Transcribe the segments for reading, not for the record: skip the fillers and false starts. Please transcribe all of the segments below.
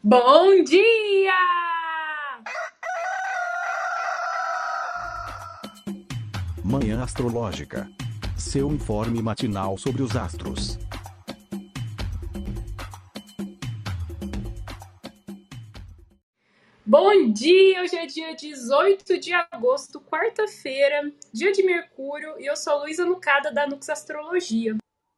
Bom dia! Manhã Astrológica. Seu informe matinal sobre os astros. Bom dia! Hoje é dia 18 de agosto, quarta-feira, dia de Mercúrio, e eu sou a Luísa Nucada, da Nux Astrologia.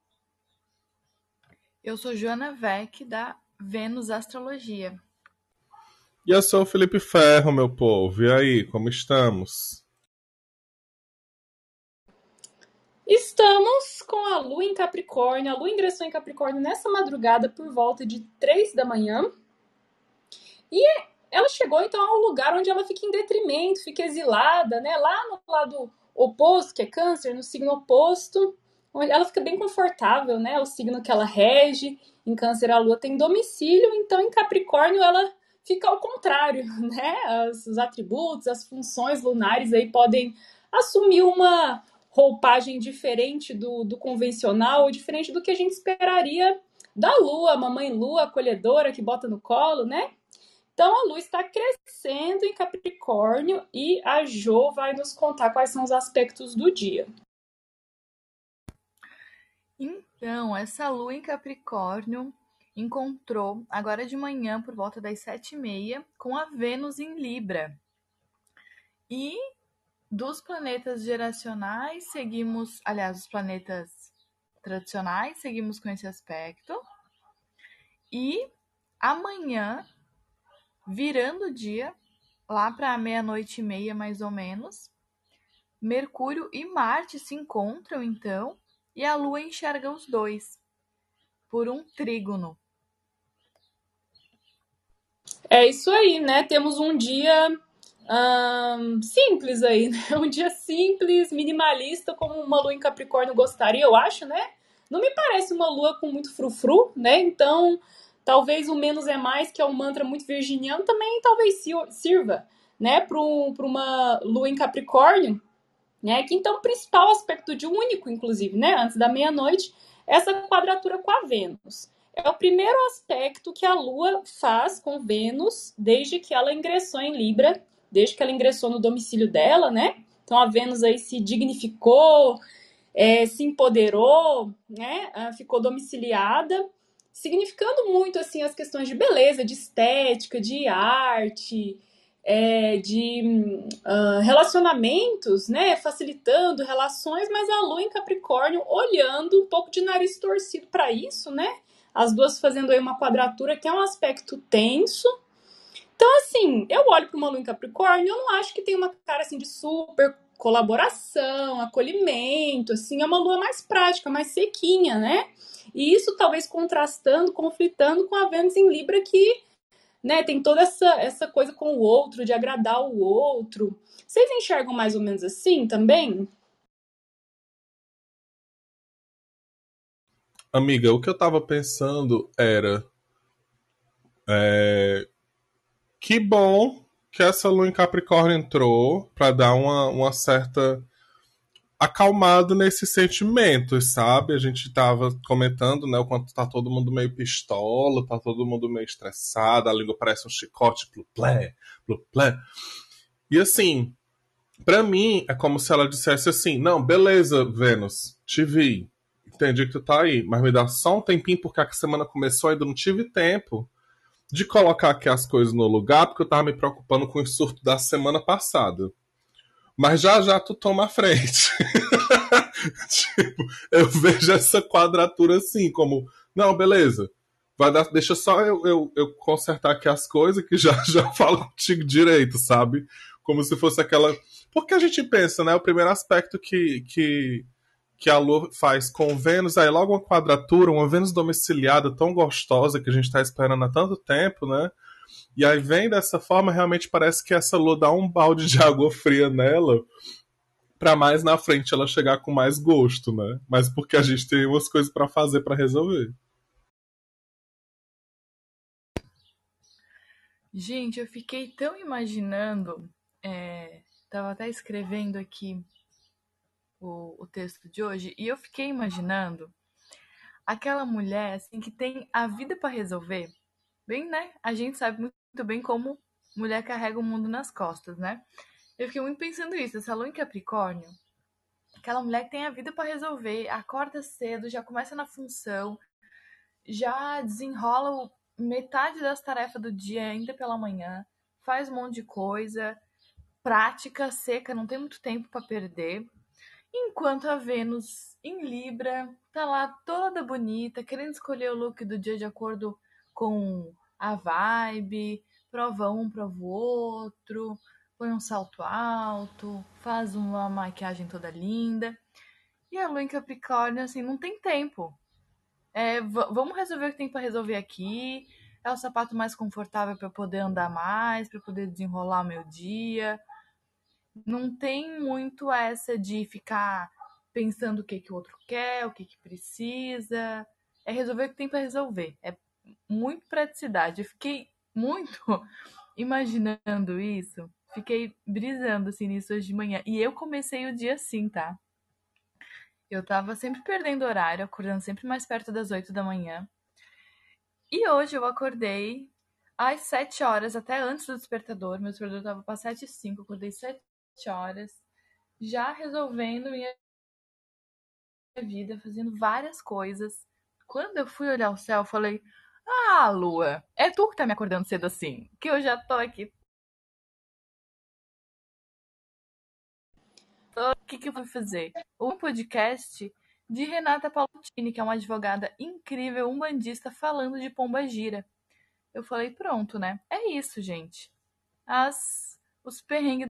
Eu sou Joana Vec, da Vênus Astrologia. E eu sou o Felipe Ferro, meu povo. E aí, como estamos? Estamos com a Lua em Capricórnio. A Lua ingressou em Capricórnio nessa madrugada por volta de 3 da manhã. E ela chegou, então, ao lugar onde ela fica em detrimento, fica exilada, né? Lá no lado oposto, que é Câncer, no signo oposto, onde ela fica bem confortável, né? O signo que ela rege. Em Câncer, a Lua tem domicílio, então em Capricórnio ela fica ao contrário, né? Os atributos, as funções lunares aí podem assumir uma roupagem diferente do convencional, ou diferente do que a gente esperaria da Lua, a mamãe Lua acolhedora que bota no colo, né? Então a Lua está crescendo em Capricórnio e a Jo vai nos contar quais são os aspectos do dia. Então, essa Lua em Capricórnio encontrou agora de manhã por volta das 7h30 com a Vênus em Libra. E dos planetas geracionais seguimos, aliás, os planetas tradicionais seguimos com esse aspecto. E amanhã, virando o dia, lá para 00:30 mais ou menos, Mercúrio e Marte se encontram então e a Lua enxerga os dois por um trígono. É isso aí, né? Temos um dia simples aí, né? Um dia simples, minimalista, como uma Lua em Capricórnio gostaria, eu acho, né? Não me parece uma Lua com muito frufru, né? Então, talvez o menos é mais, que é um mantra muito virginiano, também talvez sirva, né? Para uma Lua em Capricórnio, né? Que então o principal aspecto de único, inclusive, né? Antes da meia-noite, essa quadratura com a Vênus. É o primeiro aspecto que a Lua faz com Vênus desde que ela ingressou em Libra, desde que ela ingressou no domicílio dela, né? Então a Vênus aí se dignificou, se empoderou, né? Ficou domiciliada, significando muito assim as questões de beleza, de estética, de arte, de relacionamentos, né? Facilitando relações, mas a Lua em Capricórnio olhando um pouco de nariz torcido para isso, né? As duas fazendo aí uma quadratura que é um aspecto tenso. Então, assim, eu olho para uma Lua em Capricórnio, eu não acho que tem uma cara assim de super colaboração, acolhimento, assim, é uma Lua mais prática, mais sequinha, né? E isso talvez contrastando, conflitando com a Vênus em Libra, que, né, tem toda essa coisa com o outro, de agradar o outro. Vocês enxergam mais ou menos assim também? Amiga, o que eu tava pensando era. Que bom que essa Lua em Capricórnio entrou pra dar uma certa acalmada nesses sentimentos, sabe? A gente tava comentando, né, o quanto tá todo mundo meio pistola, tá todo mundo meio estressado, a língua parece um chicote, pluplé, pluplé. E assim, pra mim, é como se ela dissesse assim: não, beleza, Vênus, te vi. Entendi que tu tá aí, mas me dá só um tempinho porque a semana começou e ainda não tive tempo de colocar aqui as coisas no lugar porque eu tava me preocupando com o surto da semana passada. Mas já já tu toma a frente. Tipo, eu vejo essa quadratura assim, como, não, beleza. Vai dar, deixa só eu consertar aqui as coisas que já já falo contigo direito, sabe? Como se fosse aquela. Porque a gente pensa, né? O primeiro aspecto que a Lua faz com Vênus, aí logo uma quadratura, uma Vênus domiciliada tão gostosa que a gente tá esperando há tanto tempo, né? E aí vem dessa forma, realmente parece que essa Lua dá um balde de água fria nela pra mais na frente ela chegar com mais gosto, né? Mas porque a gente tem umas coisas pra fazer pra resolver. Gente, eu fiquei tão imaginando, tava até escrevendo aqui o texto de hoje, e eu fiquei imaginando aquela mulher assim que tem a vida para resolver, Bem, né? A gente sabe muito bem como mulher carrega o mundo nas costas, né? Eu fiquei muito pensando isso, essa lua em Capricórnio, aquela mulher que tem a vida pra resolver, acorda cedo, já começa na função, já desenrola metade das tarefas do dia ainda pela manhã, faz um monte de coisa, prática, seca, não tem muito tempo pra perder. Enquanto a Vênus em Libra tá lá toda bonita, querendo escolher o look do dia de acordo com a vibe, prova um, prova o outro, põe um salto alto, faz uma maquiagem toda linda. E a Lua em Capricórnio, assim, não tem tempo. Vamos resolver o que tem pra resolver aqui. É o sapato mais confortável para poder andar mais, para poder desenrolar o meu dia. Não tem muito essa de ficar pensando o que que o outro quer, o que que precisa. É resolver o que tem para resolver. É muito praticidade. Eu fiquei muito imaginando isso. Fiquei brisando assim nisso hoje de manhã. E eu comecei o dia assim, tá? Eu tava sempre perdendo horário, acordando sempre mais perto das 8 da manhã. E hoje eu acordei às 7 horas, até antes do despertador. Meu despertador tava para 7h05, eu acordei 7 horas, já resolvendo minha vida, fazendo várias coisas. Quando eu fui olhar o céu, eu falei: Ah, Lua, é tu que tá me acordando cedo assim? Que eu já tô aqui. O que que eu vou fazer? Um podcast de Renata Palutini, que é uma advogada incrível, umbandista, falando de pombagira. Eu falei: Pronto, né? É isso, gente. Os perrengues.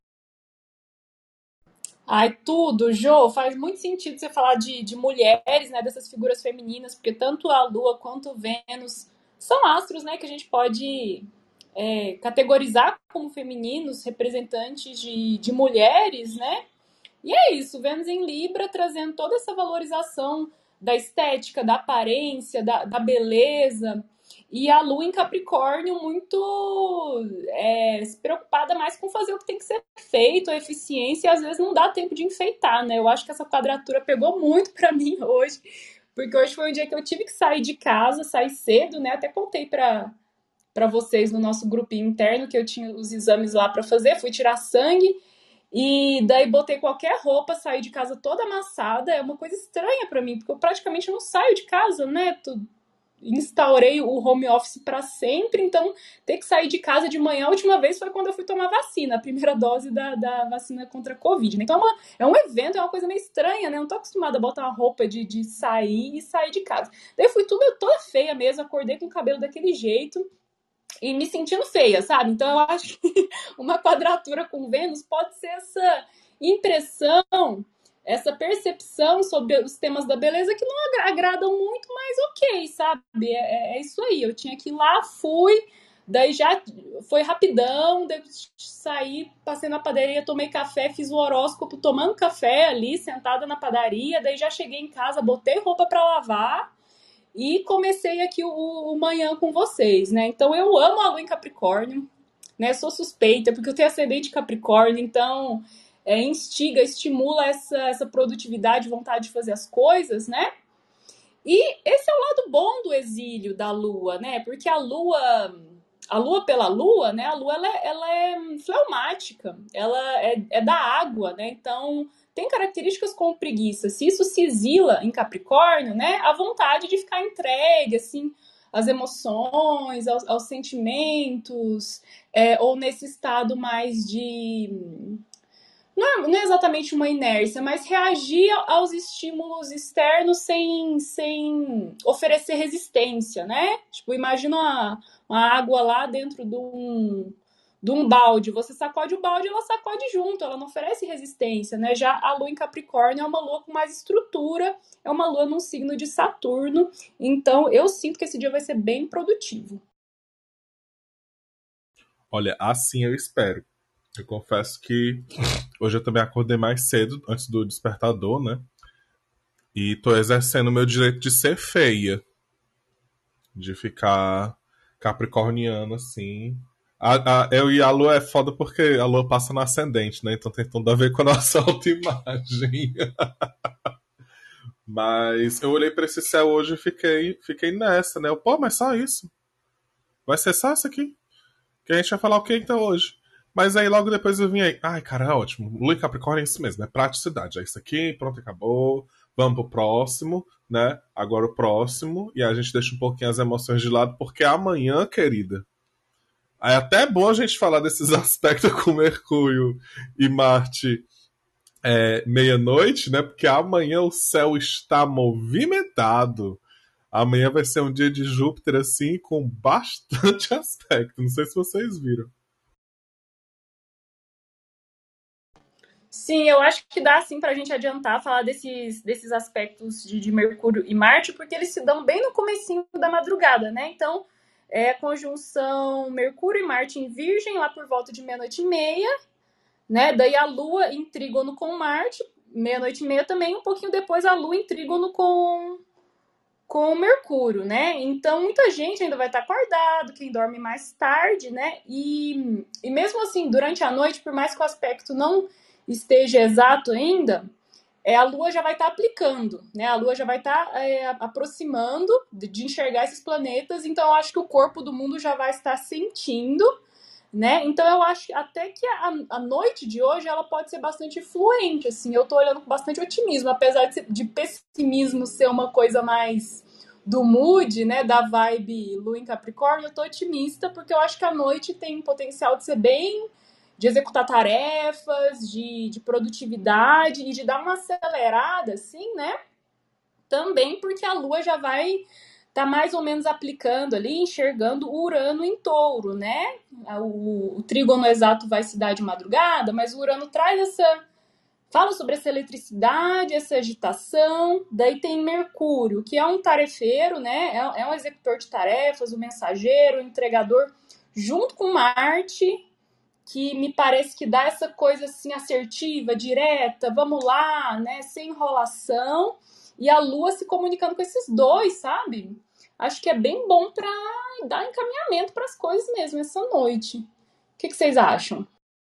Ai, tudo, Jô, faz muito sentido você falar de mulheres, né, dessas figuras femininas, porque tanto a Lua quanto Vênus são astros, né, que a gente pode categorizar como femininos, representantes de mulheres, né? E é isso, Vênus em Libra trazendo toda essa valorização da estética, da aparência, da beleza. E a Lua em Capricórnio muito se preocupada mais com fazer o que tem que ser feito, a eficiência, e às vezes não dá tempo de enfeitar, né? Eu acho que essa quadratura pegou muito pra mim hoje, porque hoje foi um dia que eu tive que sair de casa, sair cedo, né? Até contei pra vocês no nosso grupinho interno que eu tinha os exames lá pra fazer, fui tirar sangue. E daí botei qualquer roupa, saí de casa toda amassada. É uma coisa estranha pra mim, porque eu praticamente não saio de casa, né? Instaurei o home office pra sempre, então ter que sair de casa de manhã, a última vez foi quando eu fui tomar vacina, a primeira dose da vacina contra a Covid, né? Então é um evento, é uma coisa meio estranha, né? Eu não tô acostumada a botar uma roupa de sair e sair de casa. Daí eu fui toda feia mesmo, acordei com o cabelo daquele jeito e me sentindo feia, sabe? Então eu acho que uma quadratura com Vênus pode ser essa impressão, essa percepção sobre os temas da beleza que não agradam muito, mas ok, sabe? É isso aí. Eu tinha que ir lá, fui, daí já foi rapidão, daí saí, passei na padaria, tomei café, fiz o horóscopo tomando café ali, sentada na padaria, daí já cheguei em casa, botei roupa para lavar e comecei aqui o manhã com vocês, né? Então eu amo a lua em Capricórnio, né? Sou suspeita, porque eu tenho ascendente Capricórnio, então instiga, estimula essa produtividade, vontade de fazer as coisas, né? E esse é o lado bom do exílio da lua, né? Porque a lua pela lua, né? A lua ela é fleumática, ela é da água, né? Então tem características como preguiça. Se isso se exila em Capricórnio, né? A vontade de ficar entregue, assim, às emoções, aos sentimentos, ou nesse estado mais de não é exatamente uma inércia, mas reagir aos estímulos externos sem oferecer resistência, né? Tipo, imagina uma água lá dentro de um balde. Você sacode o balde, ela sacode junto, ela não oferece resistência, né? Já a lua em Capricórnio é uma lua com mais estrutura, é uma lua num signo de Saturno. Então, eu sinto que esse dia vai ser bem produtivo. Olha, assim eu espero. Eu confesso que hoje eu também acordei mais cedo, antes do despertador, né? E tô exercendo o meu direito de ser feia. De ficar capricorniano, assim. Eu e a Lua é foda porque a Lua passa no ascendente, né? Então tem tudo a ver com a nossa autoimagem. Mas eu olhei pra esse céu hoje e fiquei nessa, né? Pô, mas só isso. Vai ser só isso aqui. Que a gente vai falar o que então hoje. Mas aí logo depois eu vim aí. Ai, cara, é ótimo. Lua em Capricórnio é isso mesmo, é praticidade. É isso aqui, pronto, acabou. Vamos pro próximo, né? Agora o próximo. E a gente deixa um pouquinho as emoções de lado, porque amanhã, querida. É até bom a gente falar desses aspectos com Mercúrio e Marte meia-noite, né? Porque amanhã o céu está movimentado. Amanhã vai ser um dia de Júpiter, assim, com bastante aspecto. Não sei se vocês viram. Sim, eu acho que dá sim pra gente adiantar falar desses aspectos de Mercúrio e Marte, porque eles se dão bem no comecinho da madrugada, né? Então, é a conjunção Mercúrio e Marte em Virgem, lá por volta de meia-noite e meia, né? Daí a Lua em trígono com Marte, meia-noite e meia também, um pouquinho depois a Lua em trígono com Mercúrio, né? Então muita gente ainda vai estar acordado, quem dorme mais tarde, né? E mesmo assim, durante a noite, por mais que o aspecto não esteja exato ainda, a Lua já vai estar aplicando, né? A Lua já vai estar aproximando de enxergar esses planetas, então eu acho que o corpo do mundo já vai estar sentindo, né? Então eu acho até que a noite de hoje ela pode ser bastante fluente, assim. Eu tô olhando com bastante otimismo, apesar de pessimismo ser uma coisa mais do mood, né? Da vibe Lua em Capricórnio, eu tô otimista porque eu acho que a noite tem potencial de ser bem de executar tarefas, de produtividade e de dar uma acelerada, assim, né? Também porque a Lua já vai tá mais ou menos aplicando ali, enxergando o Urano em Touro, né? O trígono exato vai se dar de madrugada, mas o Urano traz fala sobre essa eletricidade, essa agitação. Daí tem Mercúrio, que é um tarefeiro, né? É um executor de tarefas, o mensageiro, o entregador, junto com Marte, que me parece que dá essa coisa assim assertiva, direta, vamos lá, né? Sem enrolação. E a Lua se comunicando com esses dois, sabe? Acho que é bem bom para dar encaminhamento para as coisas mesmo essa noite. O que vocês acham?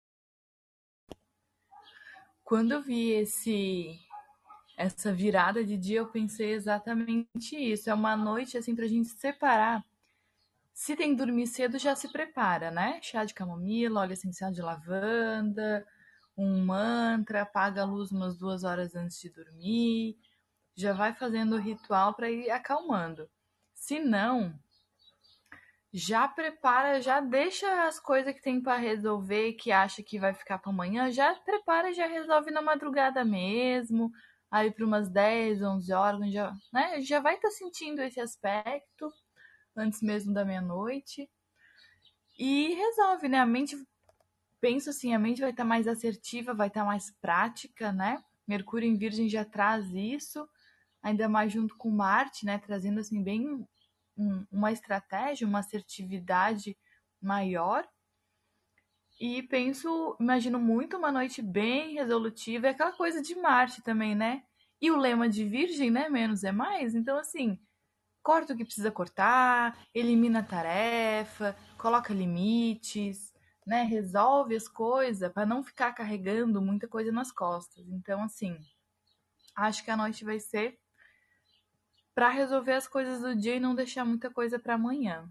Quando eu vi essa virada de dia, eu pensei exatamente isso. É uma noite assim pra gente separar. Se tem que dormir cedo, já se prepara, né? Chá de camomila, óleo essencial de lavanda, um mantra, apaga a luz umas 2 horas antes de dormir. Já vai fazendo o ritual para ir acalmando. Se não, já prepara, já deixa as coisas que tem para resolver, que acha que vai ficar para amanhã, já prepara e já resolve na madrugada mesmo, aí para umas 10, 11 horas, já, né? Já vai estar sentindo esse aspecto antes mesmo da meia-noite e resolve, né? A mente, penso assim, a mente vai estar mais assertiva, vai estar mais prática, né? Mercúrio em Virgem já traz isso, ainda mais junto com Marte, né? Trazendo assim bem uma estratégia, uma assertividade maior. E penso, imagino muito uma noite bem resolutiva, é aquela coisa de Marte também, né? E o lema de Virgem, né? Menos é mais. Então, assim, corta o que precisa cortar, elimina a tarefa, coloca limites, né? Resolve as coisas para não ficar carregando muita coisa nas costas. Então, assim, acho que a noite vai ser para resolver as coisas do dia e não deixar muita coisa para amanhã.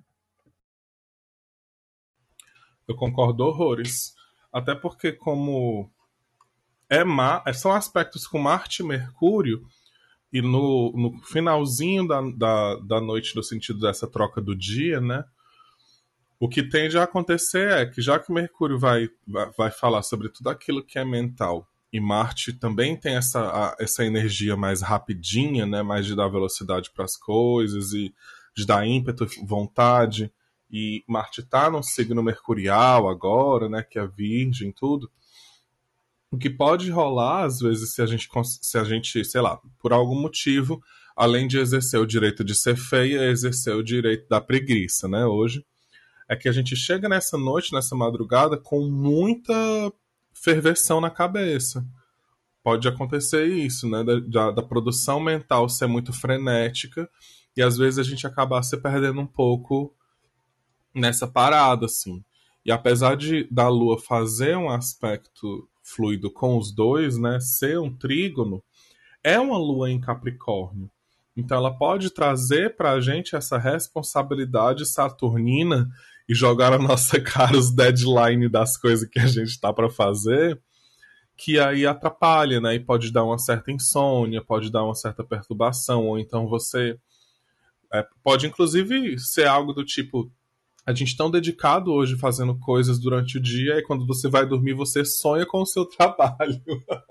Eu concordo horrores. Até porque, como são aspectos com Marte e Mercúrio, e no finalzinho da noite, no sentido dessa troca do dia, né? O que tende a acontecer é que, já que Mercúrio vai falar sobre tudo aquilo que é mental, e Marte também tem essa energia mais rapidinha, né? Mais de dar velocidade para as coisas e de dar ímpeto, vontade. E Marte está no signo mercurial agora, né? Que é Virgem, tudo. O que pode rolar, às vezes, se a gente, sei lá, por algum motivo, além de exercer o direito de ser feia, exercer o direito da preguiça, né? Hoje, é que a gente chega nessa noite, nessa madrugada, com muita ferveção na cabeça. Pode acontecer isso, né? Da produção mental ser muito frenética e às vezes a gente acabar se perdendo um pouco nessa parada, assim. E apesar da Lua fazer um aspecto fluido com os dois, né? Ser um trígono, é uma Lua em Capricórnio. Então ela pode trazer para a gente essa responsabilidade saturnina e jogar na nossa cara os deadlines das coisas que a gente está para fazer, que aí atrapalha, né? E pode dar uma certa insônia, pode dar uma certa perturbação, ou então você pode inclusive ser algo do tipo, a gente tão dedicado hoje fazendo coisas durante o dia, e quando você vai dormir você sonha com o seu trabalho.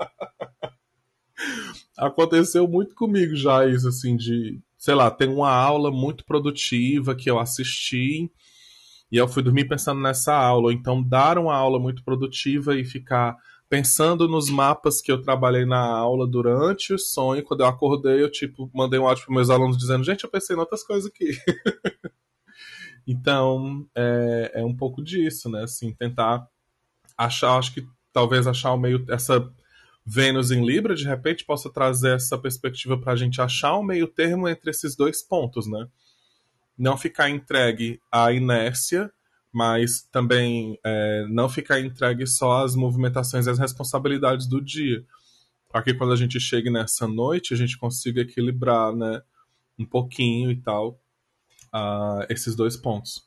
Aconteceu muito comigo já isso, assim, de, sei lá, tem uma aula muito produtiva que eu assisti e eu fui dormir pensando nessa aula, ou então dar uma aula muito produtiva e ficar pensando nos mapas que eu trabalhei na aula durante o sonho. Quando eu acordei, eu, tipo, mandei um áudio para meus alunos dizendo, gente, eu pensei em outras coisas aqui. Então, é um pouco disso, né, assim, tentar achar, acho que talvez achar o meio, essa Vênus em Libra, de repente, possa trazer essa perspectiva para a gente achar um meio termo entre esses dois pontos, né? Não ficar entregue à inércia, mas também não ficar entregue só às movimentações e às responsabilidades do dia. Para que quando a gente chegue nessa noite, a gente consiga equilibrar, né, um pouquinho e tal, esses dois pontos.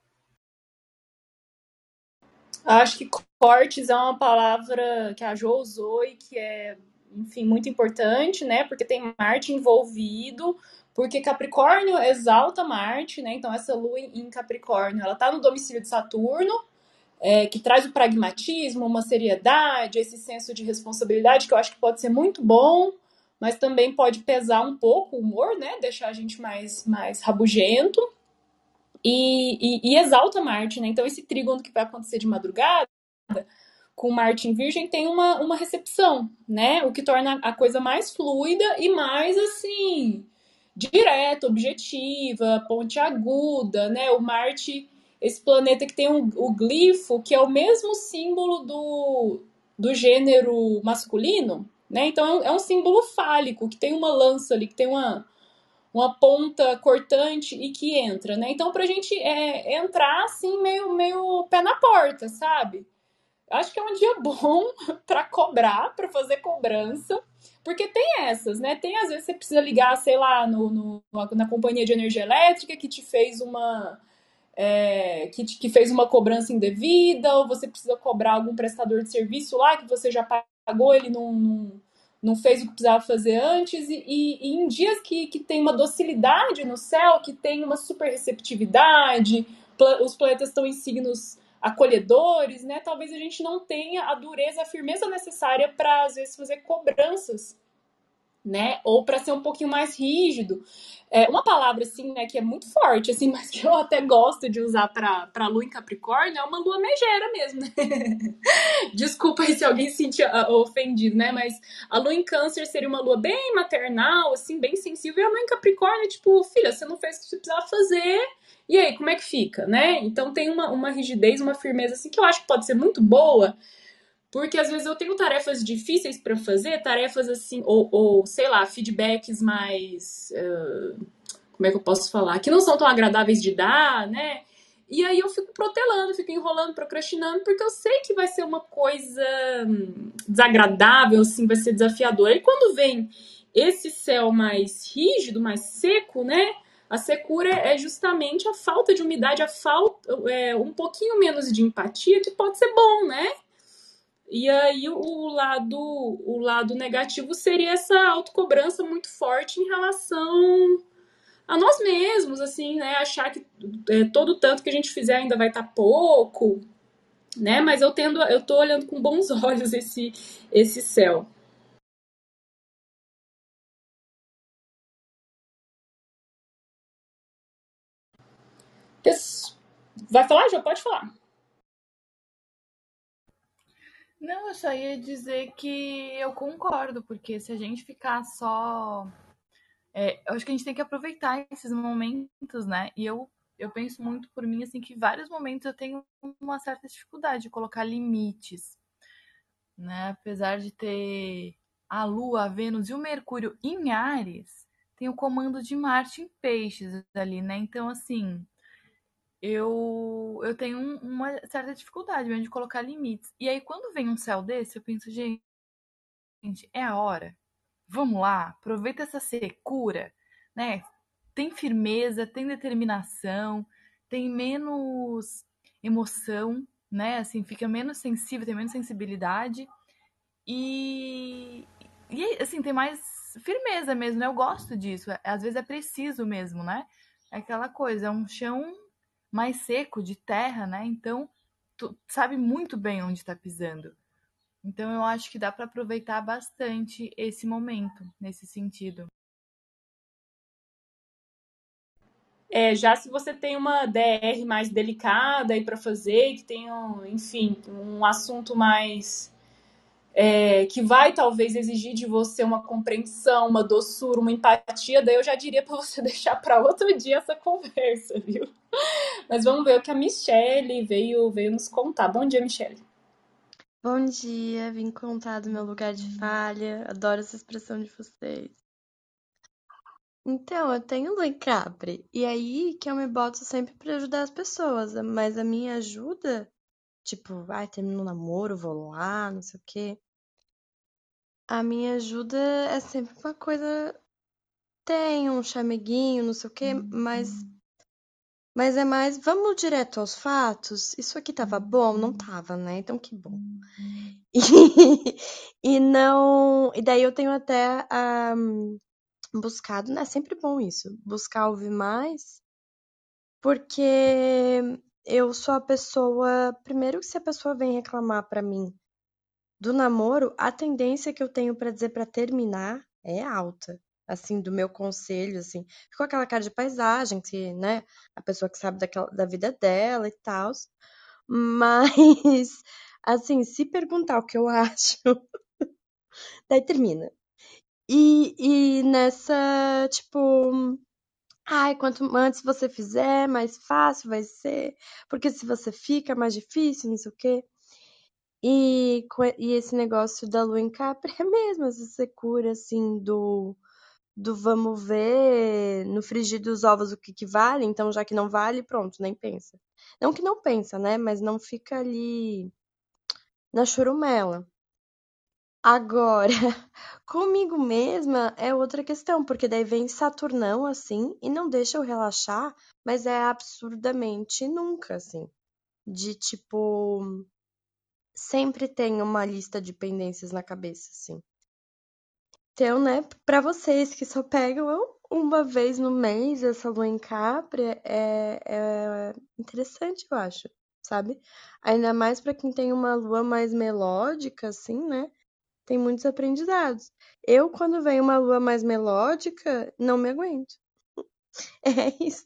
Acho que cortes é uma palavra que a Jo usou e que é, enfim, muito importante, né? Porque tem Marte envolvido, porque Capricórnio exalta Marte, né? Então essa lua em Capricórnio, ela tá no domicílio de Saturno, que traz o pragmatismo, uma seriedade, esse senso de responsabilidade que eu acho que pode ser muito bom, mas também pode pesar um pouco o humor, né? Deixar a gente mais rabugento. E exalta Marte, né? Então, esse trígono que vai acontecer de madrugada, com Marte em Virgem, tem uma recepção, né? O que torna a coisa mais fluida e mais, assim, direta, objetiva, pontiaguda, né? O Marte, esse planeta que tem o glifo, que é o mesmo símbolo do gênero masculino, né? Então, é um símbolo fálico, que tem uma lança ali, que tem uma ponta cortante e que entra, né? Então, pra gente entrar assim, meio pé na porta, sabe? Acho que é um dia bom para cobrar, para fazer cobrança, porque tem essas, né? Tem às vezes você precisa ligar, sei lá, na companhia de energia elétrica que te fez que fez uma cobrança indevida, ou você precisa cobrar algum prestador de serviço lá que você já pagou, ele não fez o que precisava fazer antes, e em dias que tem uma docilidade no céu, que tem uma super receptividade, os planetas estão em signos acolhedores, né? Talvez a gente não tenha a dureza, a firmeza necessária para, às vezes, fazer cobranças, né? Ou para ser um pouquinho mais rígido. Uma palavra, assim, né, que é muito forte, assim, mas que eu até gosto de usar para lua em Capricórnio, é uma lua megera mesmo, né? Desculpa aí se alguém se sentir ofendido, né? Mas a lua em Câncer seria uma lua bem maternal, assim, bem sensível. E a lua em Capricórnio, tipo, filha, você não fez o que você precisava fazer. E aí, como é que fica, né? Então tem uma rigidez, uma firmeza, assim, que eu acho que pode ser muito boa, porque às vezes eu tenho tarefas difíceis para fazer, tarefas assim, ou sei lá, feedbacks mais. Como é que eu posso falar? Que não são tão agradáveis de dar, né? E aí eu fico protelando, fico enrolando, procrastinando, porque eu sei que vai ser uma coisa desagradável, assim, vai ser desafiador. E quando vem esse céu mais rígido, mais seco, né? A secura é justamente a falta de umidade, um pouquinho menos de empatia, que pode ser bom, né? E aí o lado negativo seria essa autocobrança muito forte em relação a nós mesmos, assim, né? Achar que todo tanto que a gente fizer ainda vai estar pouco, né? Mas eu tô olhando com bons olhos esse céu. Vai falar, já pode falar. Não, eu só ia dizer que eu concordo, porque se a gente ficar só. Eu acho que a gente tem que aproveitar esses momentos, né? E eu penso muito por mim, assim, que vários momentos eu tenho uma certa dificuldade de colocar limites, né? Apesar de ter a Lua, a Vênus e o Mercúrio em Áries, tem o comando de Marte em Peixes ali, né? Então, assim, eu tenho uma certa dificuldade mesmo de colocar limites. E aí, quando vem um céu desse, eu penso, gente, é a hora. Vamos lá, aproveita essa secura, né, tem firmeza, tem determinação, tem menos emoção, né? Assim, fica menos sensível, tem menos sensibilidade e, assim, tem mais firmeza mesmo, né? Eu gosto disso. Às vezes é preciso mesmo, né? É aquela coisa, é um chão mais seco, de terra, né? Então, tu sabe muito bem onde tá pisando. Então, eu acho que dá para aproveitar bastante esse momento, nesse sentido. Já se você tem uma DR mais delicada aí para fazer, que tem enfim, um assunto mais que vai talvez exigir de você uma compreensão, uma doçura, uma empatia, daí eu já diria para você deixar para outro dia essa conversa, viu? Mas vamos ver o que a Michelle veio nos contar. Bom dia, Michelle. Bom dia, vim contar do meu lugar de falha. Adoro essa expressão de vocês. Então, eu tenho Lua em Capri, e aí que eu me boto sempre pra ajudar as pessoas, mas a minha ajuda, tipo, ai, termino um namoro, vou lá, não sei o quê. A minha ajuda é sempre uma coisa, tem um chameguinho, não sei o quê, mas é mais, vamos direto aos fatos? Isso aqui tava bom? Não tava, né? Então que bom. E não. E daí eu tenho até buscado, né? É sempre bom isso, buscar ouvir mais, porque eu sou a pessoa. Primeiro, que se a pessoa vem reclamar pra mim do namoro, a tendência que eu tenho pra dizer pra terminar é alta. Assim, do meu conselho, assim, ficou aquela cara de paisagem, que, né, a pessoa que sabe da vida dela e tal. Mas, assim, se perguntar o que eu acho, daí termina. E nessa, tipo, ai, quanto antes você fizer, mais fácil vai ser, porque se você fica, mais difícil, não sei o quê. E esse negócio da lua em Capri é mesmo essa secura, assim, do vamos ver no frigir dos ovos o que vale, então já que não vale, pronto, nem pensa. Não que não pensa, né? Mas não fica ali na churumela. Agora, comigo mesma é outra questão, porque daí vem Saturnão, assim, e não deixa eu relaxar, mas é absurdamente nunca, assim. De tipo, sempre tem uma lista de pendências na cabeça, assim. Então, né, pra vocês que só pegam uma vez no mês essa lua em Capri, é interessante, eu acho, sabe? Ainda mais pra quem tem uma lua mais melódica, assim, né? Tem muitos aprendizados. Eu, quando vem uma lua mais melódica, não me aguento. É isso.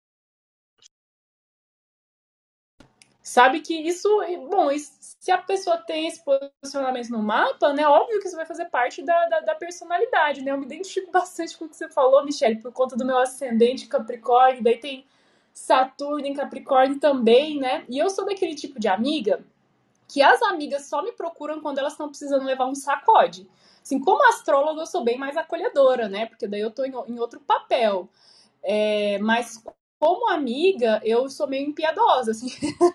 Sabe que isso, bom, se a pessoa tem esse posicionamento no mapa, né, óbvio que isso vai fazer parte da personalidade, né? Eu me identifico bastante com o que você falou, Michelle, por conta do meu ascendente Capricórnio, daí tem Saturno em Capricórnio também, né? E eu sou daquele tipo de amiga que as amigas só me procuram quando elas estão precisando levar um sacode. Assim, como astróloga, eu sou bem mais acolhedora, né? Porque daí eu tô em outro papel. Mas como amiga, eu sou meio impiedosa, assim.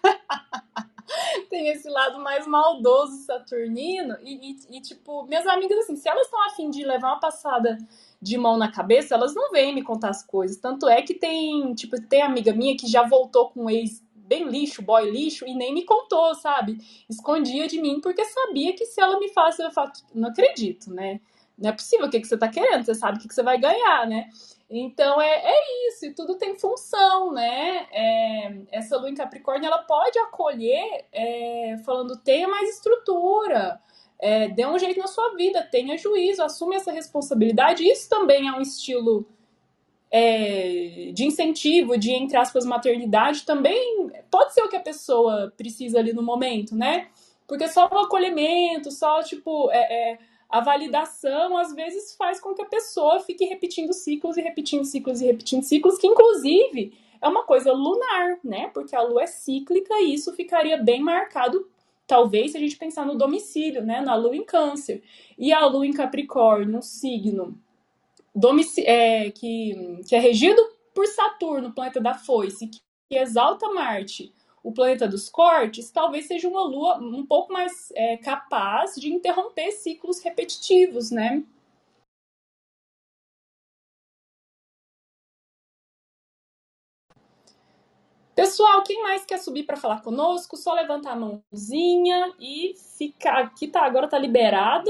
Tem esse lado mais maldoso saturnino tipo, minhas amigas, assim, se elas estão afim de levar uma passada de mão na cabeça, elas não vêm me contar as coisas. Tanto é que tem amiga minha que já voltou com um ex bem lixo, boy lixo, e nem me contou, sabe? Escondia de mim porque sabia que se ela me falasse, eu falo, não acredito, né? Não é possível, o que você tá querendo? Você sabe o que você vai ganhar, né? Então é isso, e tudo tem função, né? Essa lua em Capricórnio ela pode acolher, falando, tenha mais estrutura, dê um jeito na sua vida, tenha juízo, assume essa responsabilidade. Isso também é um estilo de incentivo, de, entre aspas, maternidade, também pode ser o que a pessoa precisa ali no momento, né? Porque só o acolhimento, só, tipo, a validação, às vezes, faz com que a pessoa fique repetindo ciclos e repetindo ciclos e repetindo ciclos, que, inclusive, é uma coisa lunar, né? Porque a lua é cíclica e isso ficaria bem marcado, talvez, se a gente pensar no domicílio, né? Na lua em Câncer. E a lua em Capricórnio, um signo que é regido por Saturno, planeta da foice, que exalta Marte, o planeta dos cortes, talvez seja uma lua um pouco mais capaz de interromper ciclos repetitivos, né? Pessoal, quem mais quer subir para falar conosco? Só levantar a mãozinha e ficar aqui, tá? Agora tá liberado.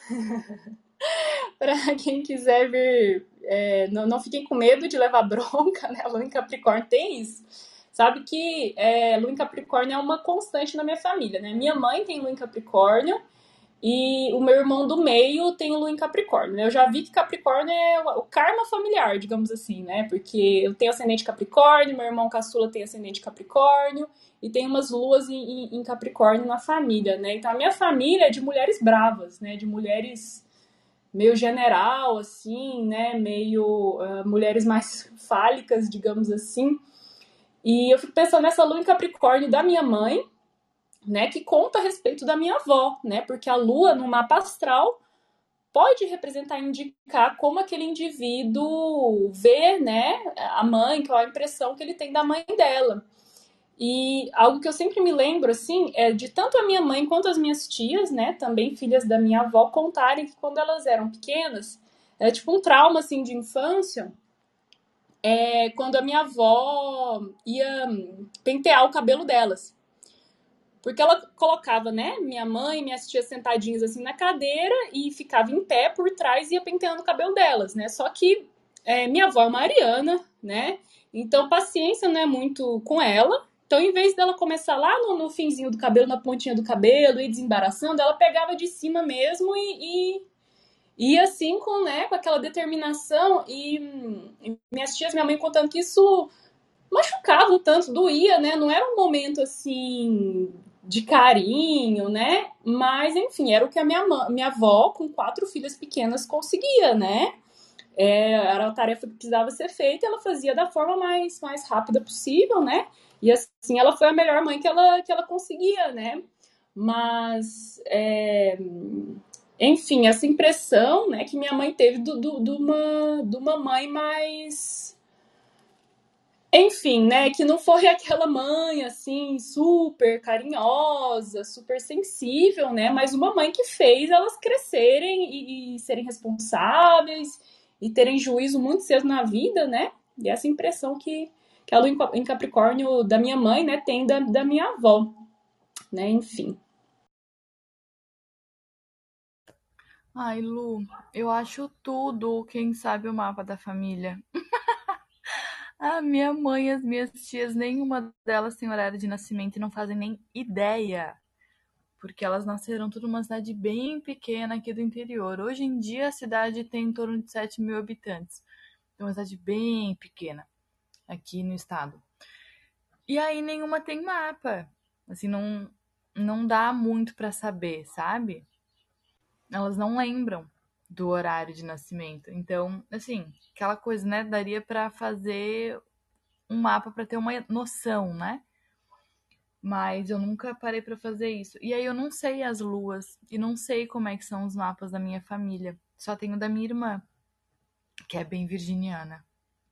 Para quem quiser vir, não fiquem com medo de levar bronca, né? A Lua em Capricórnio tem isso. Sabe que Lua em Capricórnio é uma constante na minha família, né? Minha mãe tem Lua em Capricórnio e o meu irmão do meio tem Lua em Capricórnio, né? Eu já vi que Capricórnio é o karma familiar, digamos assim, né? Porque eu tenho ascendente Capricórnio, meu irmão caçula tem ascendente Capricórnio e tem umas luas em Capricórnio na família, né? Então a minha família é de mulheres bravas, né? De mulheres meio general, assim, né? Meio mulheres mais fálicas, digamos assim. E eu fico pensando nessa Lua em Capricórnio da minha mãe, né? Que conta a respeito da minha avó, né? Porque a Lua, no mapa astral, pode representar, indicar como aquele indivíduo vê, né? A mãe, qual a impressão que ele tem da mãe dela. E algo que eu sempre me lembro, assim, é de tanto a minha mãe quanto as minhas tias, né, também filhas da minha avó, contarem que quando elas eram pequenas, era tipo um trauma, assim, de infância, quando a minha avó ia pentear o cabelo delas. Porque ela colocava, né, minha mãe e minhas tias sentadinhas, assim, na cadeira e ficava em pé por trás e ia penteando o cabelo delas, né. Só que minha avó é uma ariana, né, então paciência não é muito com ela. Então, em vez dela começar lá no finzinho do cabelo, na pontinha do cabelo, e desembaraçando, ela pegava de cima mesmo e assim, com aquela determinação. E minhas tias, minha mãe contando que isso machucava um tanto, doía, né? Não era um momento, assim, de carinho, né? Mas, enfim, era o que a minha avó, com 4 filhas pequenas, conseguia, né? Era uma tarefa que precisava ser feita, ela fazia da forma mais rápida possível, né? E assim, ela foi a melhor mãe que ela conseguia, né? Mas, enfim, essa impressão, né, que minha mãe teve de uma mãe mais... Enfim, né, que não foi aquela mãe, assim, super carinhosa, super sensível, né? Mas uma mãe que fez elas crescerem e serem responsáveis e terem juízo muito cedo na vida, né? E essa impressão que a Lua em Capricórnio da minha mãe, né, tem da minha avó, né? Enfim. Ai, Lu, eu acho tudo, quem sabe o mapa da família. A minha mãe e as minhas tias, nenhuma delas tem horário de nascimento e não fazem nem ideia. Porque elas nasceram tudo numa cidade bem pequena aqui do interior. Hoje em dia a cidade tem em torno de 7 mil habitantes. É uma cidade bem pequena aqui no estado. E aí nenhuma tem mapa. Assim, não dá muito pra saber, sabe? Elas não lembram do horário de nascimento. Então, assim, aquela coisa, né? Daria pra fazer um mapa pra ter uma noção, né? Mas eu nunca parei pra fazer isso. E aí eu não sei as luas e não sei como é que são os mapas da minha família. Só tenho da minha irmã, que é bem virginiana.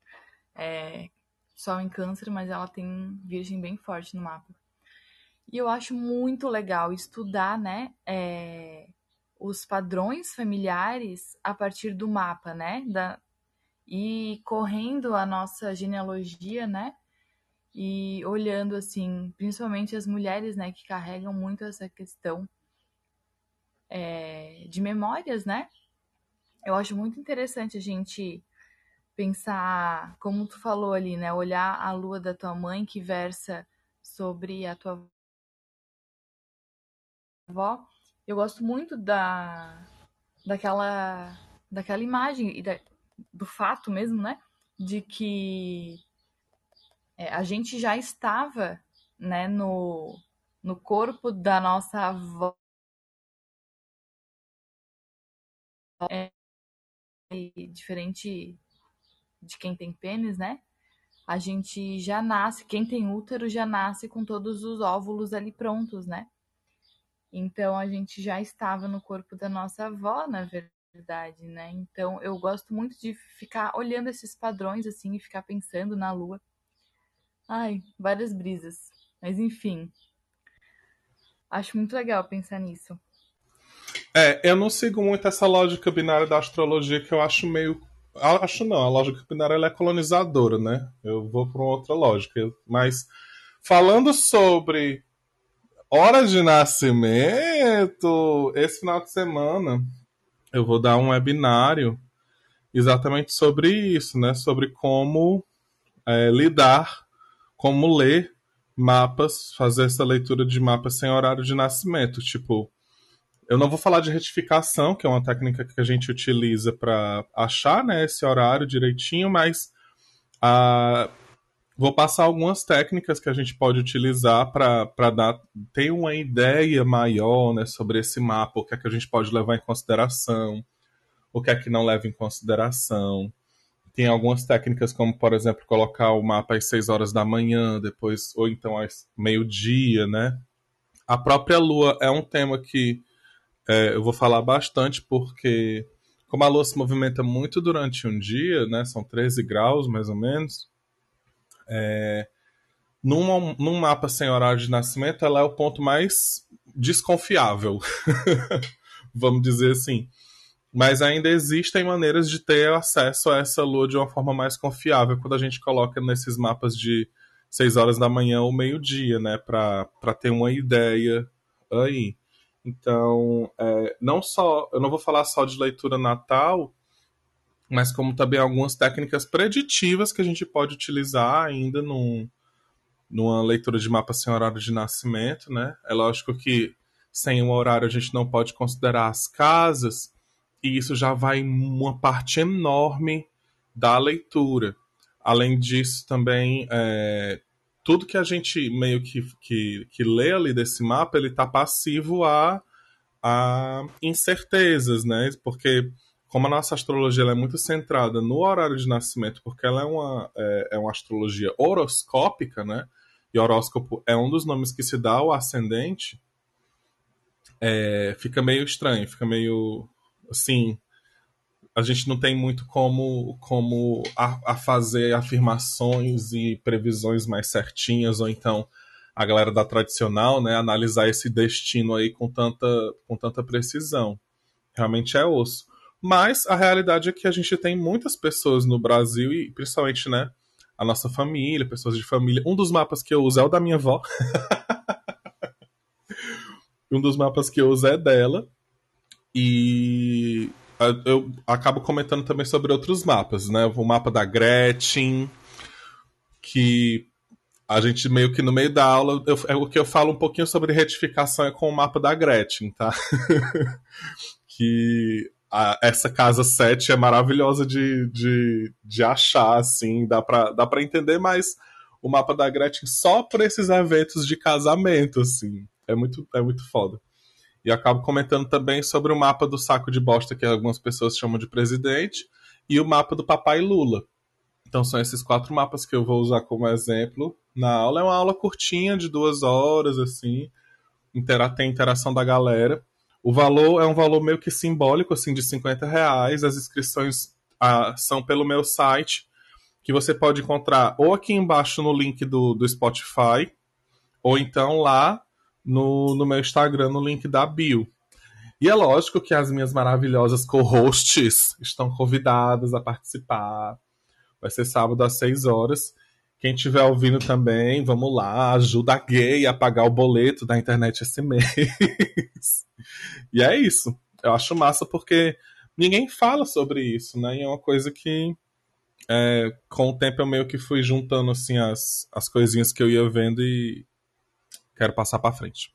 Sol em Câncer, mas ela tem Virgem bem forte no mapa. E eu acho muito legal estudar, né, os padrões familiares a partir do mapa, né, e correndo a nossa genealogia, né, e olhando, assim, principalmente as mulheres, né, que carregam muito essa questão de memórias, né. Eu acho muito interessante a gente pensar, como tu falou ali, né, olhar a lua da tua mãe que versa sobre a tua avó. Eu gosto muito daquela imagem e do fato mesmo, né, de que a gente já estava, né, no corpo da nossa avó, diferente de quem tem pênis, né? A gente já nasce, quem tem útero já nasce com todos os óvulos ali prontos, né? Então a gente já estava no corpo da nossa avó, na verdade, né? Então eu gosto muito de ficar olhando esses padrões assim e ficar pensando na lua. Ai, várias brisas. Mas enfim, acho muito legal pensar nisso. Eu não sigo muito essa lógica binária da astrologia, que eu acho meio. Acho não, a lógica binária ela é colonizadora, né? Eu vou para uma outra lógica. Mas Falando sobre horas de nascimento, esse final de semana eu vou dar um webinário exatamente sobre isso, né? Sobre como lidar, como ler mapas, fazer essa leitura de mapas sem horário de nascimento. Tipo, eu não vou falar de retificação, que é uma técnica que a gente utiliza para achar, né, esse horário direitinho, mas ah, vou passar algumas técnicas que a gente pode utilizar para ter uma ideia maior, né, sobre esse mapa, o que é que a gente pode levar em consideração, o que é que não leva em consideração. Tem algumas técnicas, como, por exemplo, colocar o mapa às 6 horas da manhã, depois, ou então às meio-dia, né? A própria lua é um tema que eu vou falar bastante, porque como a lua se movimenta muito durante um dia, né? São 13 graus, mais ou menos. Num mapa sem horário de nascimento, ela é o ponto mais desconfiável, vamos dizer assim. Mas ainda existem maneiras de ter acesso a essa lua de uma forma mais confiável quando a gente coloca nesses mapas de 6 horas da manhã ou meio-dia, né? Para ter uma ideia aí. Então, não só, eu não vou falar só de leitura natal, mas como também algumas técnicas preditivas que a gente pode utilizar ainda numa leitura de mapa sem horário de nascimento, né? É lógico que sem um horário a gente não pode considerar as casas, e isso já vai uma parte enorme da leitura. Além disso, também, tudo que a gente meio que lê ali desse mapa, ele está passivo a incertezas, né? Porque como a nossa astrologia ela é muito centrada no horário de nascimento, porque ela é uma astrologia horoscópica, né? E horóscopo é um dos nomes que se dá ao ascendente, fica meio estranho, fica meio assim, a gente não tem muito como a fazer afirmações e previsões mais certinhas, ou então a galera da tradicional, né, analisar esse destino aí com tanta precisão. Realmente é osso. Mas a realidade é que a gente tem muitas pessoas no Brasil, e principalmente, né, a nossa família, pessoas de família. Um dos mapas que eu uso é o da minha avó. Um dos mapas que eu uso é dela. E eu acabo comentando também sobre outros mapas, né? O mapa da Gretchen, que a gente meio que no meio da aula, o que eu falo um pouquinho sobre retificação é com o mapa da Gretchen, tá? Que essa casa 7 é maravilhosa de achar, assim, dá pra entender mais o mapa da Gretchen só por esses eventos de casamento, assim. É muito foda. E acabo comentando também sobre o mapa do saco de bosta, que algumas pessoas chamam de presidente, e o mapa do papai Lula. Então são esses 4 mapas que eu vou usar como exemplo na aula. É uma aula curtinha, de 2 horas, assim. Tem interação da galera. O valor é um valor meio que simbólico, assim, de R$ 50. As inscrições são pelo meu site, que você pode encontrar ou aqui embaixo no link do Spotify, ou então lá no meu Instagram, no link da bio. E é lógico que as minhas maravilhosas co-hosts estão convidadas a participar. Vai ser sábado às 6 horas. Quem estiver ouvindo também, vamos lá, ajuda a gay a pagar o boleto da internet esse mês. E é isso. Eu acho massa porque ninguém fala sobre isso, né? E é uma coisa que, com o tempo, eu meio que fui juntando assim as coisinhas que eu ia vendo e quero passar pra frente.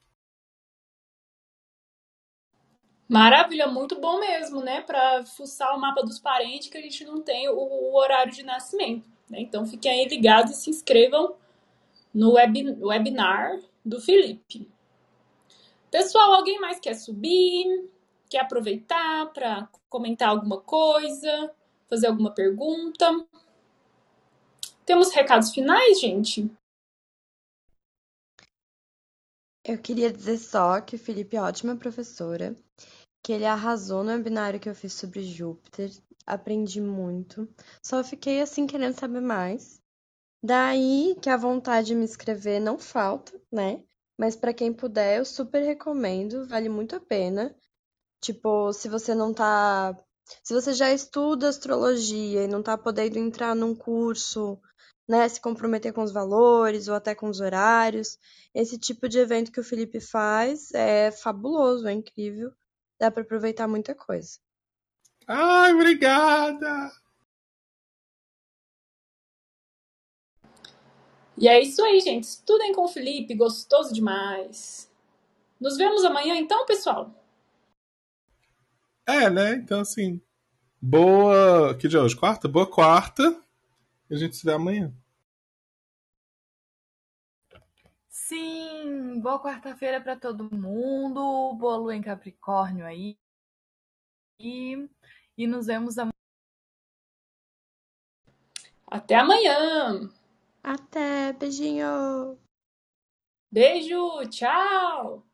Maravilha, muito bom mesmo, né? Para fuçar o mapa dos parentes que a gente não tem o horário de nascimento, né? Então fiquem aí ligados e se inscrevam no webinar do Felipe. Pessoal, alguém mais quer subir? Quer aproveitar para comentar alguma coisa? Fazer alguma pergunta? Temos recados finais, gente? Eu queria dizer só que o Felipe é ótima professora, que ele arrasou no webinário que eu fiz sobre Júpiter, aprendi muito, só fiquei assim querendo saber mais. Daí que a vontade de me inscrever não falta, né? Mas para quem puder, eu super recomendo, vale muito a pena. Tipo, se você não tá. Se você já estuda astrologia e não tá podendo entrar num curso né, se comprometer com os valores ou até com os horários. Esse tipo de evento que o Felipe faz é fabuloso, é incrível. Dá para aproveitar muita coisa. Ai, obrigada! E é isso aí, gente. Estudem com o Felipe, gostoso demais. Nos vemos amanhã, então, pessoal? É, né? Então, assim, boa. Que dia é hoje? Quarta? Boa quarta. E a gente se vê amanhã. Sim, boa quarta-feira para todo mundo. Boa lua em Capricórnio aí. E nos vemos amanhã. Até amanhã. Até, beijinho! Beijo, tchau.